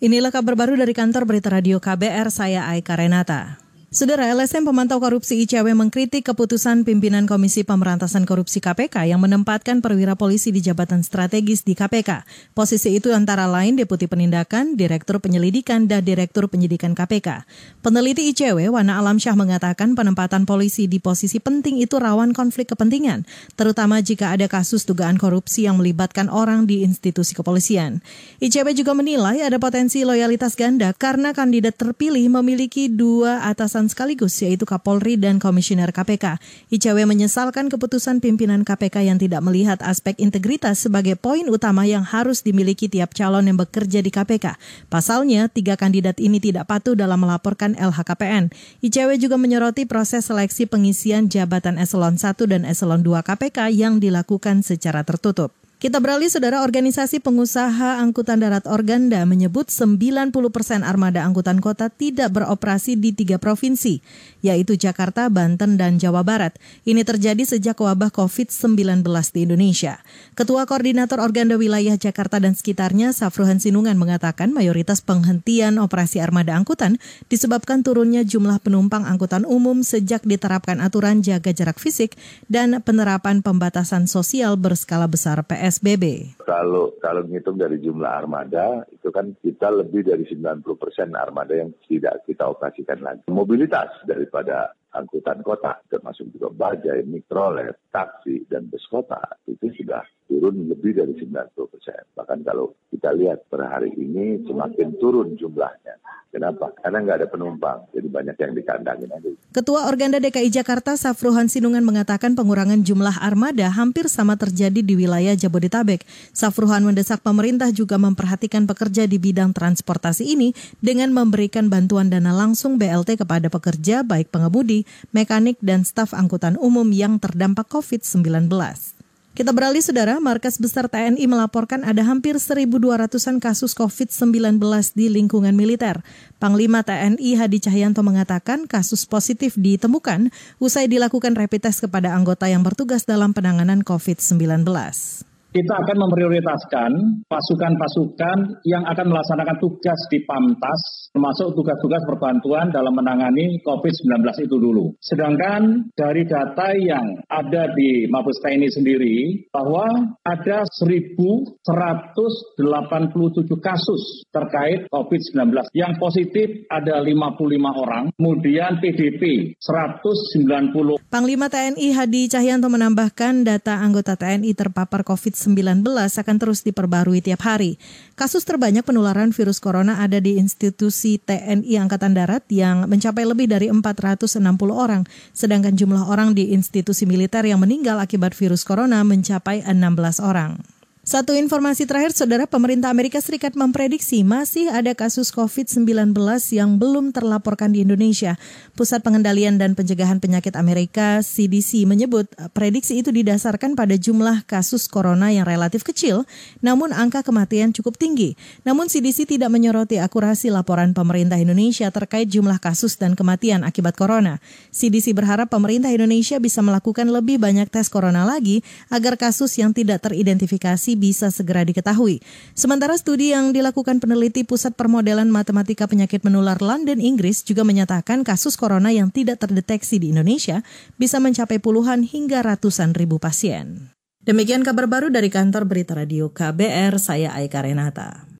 Inilah kabar baru dari kantor Berita Radio KBR, saya Aika Renata. Saudara, LSM Pemantau Korupsi ICW mengkritik keputusan pimpinan Komisi Pemberantasan Korupsi KPK yang menempatkan perwira polisi di jabatan strategis di KPK. Posisi itu antara lain Deputi Penindakan, Direktur Penyelidikan, dan Direktur Penyidikan KPK. Peneliti ICW, Wana Alamsyah mengatakan penempatan polisi di posisi penting itu rawan konflik kepentingan, terutama jika ada kasus dugaan korupsi yang melibatkan orang di institusi kepolisian. ICW juga menilai ada potensi loyalitas ganda karena kandidat terpilih memiliki dua atasan sekaligus, yaitu Kapolri dan Komisioner KPK. ICW menyesalkan keputusan pimpinan KPK yang tidak melihat aspek integritas sebagai poin utama yang harus dimiliki tiap calon yang bekerja di KPK. Pasalnya, 3 kandidat ini tidak patuh dalam melaporkan LHKPN. ICW juga menyoroti proses seleksi pengisian jabatan Eselon 1 dan Eselon 2 KPK yang dilakukan secara tertutup. Kita beralih, Saudara. Organisasi Pengusaha Angkutan Darat Organda menyebut 90% armada angkutan kota tidak beroperasi di 3 provinsi, yaitu Jakarta, Banten, dan Jawa Barat. Ini terjadi sejak wabah COVID-19 di Indonesia. Ketua Koordinator Organda Wilayah Jakarta dan sekitarnya, Safruhan Sinungan, mengatakan mayoritas penghentian operasi armada angkutan disebabkan turunnya jumlah penumpang angkutan umum sejak diterapkan aturan jaga jarak fisik dan penerapan pembatasan sosial berskala besar PSBB. Kalau ngitung dari jumlah armada, itu kan kita lebih dari 90% armada yang tidak kita operasikan lagi. Mobilitas daripada angkutan kota, termasuk juga bajai, mikrolet, taksi, dan bus kota, itu sudah turun lebih dari 90%. Bahkan kalau kita lihat per hari ini semakin turun jumlahnya. Kenapa? Karena nggak ada penumpang, jadi banyak yang dikandangin aja. Ketua Organda DKI Jakarta, Safruhan Sinungan, mengatakan pengurangan jumlah armada hampir sama terjadi di wilayah Jabodetabek. Safruhan mendesak pemerintah juga memperhatikan pekerja di bidang transportasi ini dengan memberikan bantuan dana langsung BLT kepada pekerja baik pengemudi, mekanik, dan staf angkutan umum yang terdampak COVID-19. Kita beralih, Saudara. Markas Besar TNI melaporkan ada hampir 1.200-an kasus COVID-19 di lingkungan militer. Panglima TNI Hadi Cahyanto mengatakan kasus positif ditemukan usai dilakukan rapid test kepada anggota yang bertugas dalam penanganan COVID-19. Kita akan memprioritaskan pasukan-pasukan yang akan melaksanakan tugas di PAMTAS, termasuk tugas-tugas perbantuan dalam menangani COVID-19 itu dulu. Sedangkan dari data yang ada di Mabes TNI sendiri, bahwa ada 1.187 kasus terkait COVID-19. Yang positif ada 55 orang, kemudian PDP 190. Panglima TNI Hadi Cahyanto menambahkan data anggota TNI terpapar COVID-19 akan terus diperbarui tiap hari. Kasus terbanyak penularan virus corona ada di institusi TNI Angkatan Darat yang mencapai lebih dari 460 orang, sedangkan jumlah orang di institusi militer yang meninggal akibat virus corona mencapai 16 orang. Satu informasi terakhir, Saudara, pemerintah Amerika Serikat memprediksi masih ada kasus COVID-19 yang belum terlaporkan di Indonesia. Pusat Pengendalian dan Pencegahan Penyakit Amerika CDC menyebut prediksi itu didasarkan pada jumlah kasus corona yang relatif kecil, namun angka kematian cukup tinggi. Namun CDC tidak menyoroti akurasi laporan pemerintah Indonesia terkait jumlah kasus dan kematian akibat corona. CDC berharap pemerintah Indonesia bisa melakukan lebih banyak tes corona lagi agar kasus yang tidak teridentifikasi bisa segera diketahui. Sementara studi yang dilakukan peneliti Pusat Permodelan Matematika Penyakit Menular London, Inggris juga menyatakan kasus corona yang tidak terdeteksi di Indonesia bisa mencapai puluhan hingga ratusan ribu pasien. Demikian kabar baru dari kantor Berita Radio KBR, saya Aika Renata.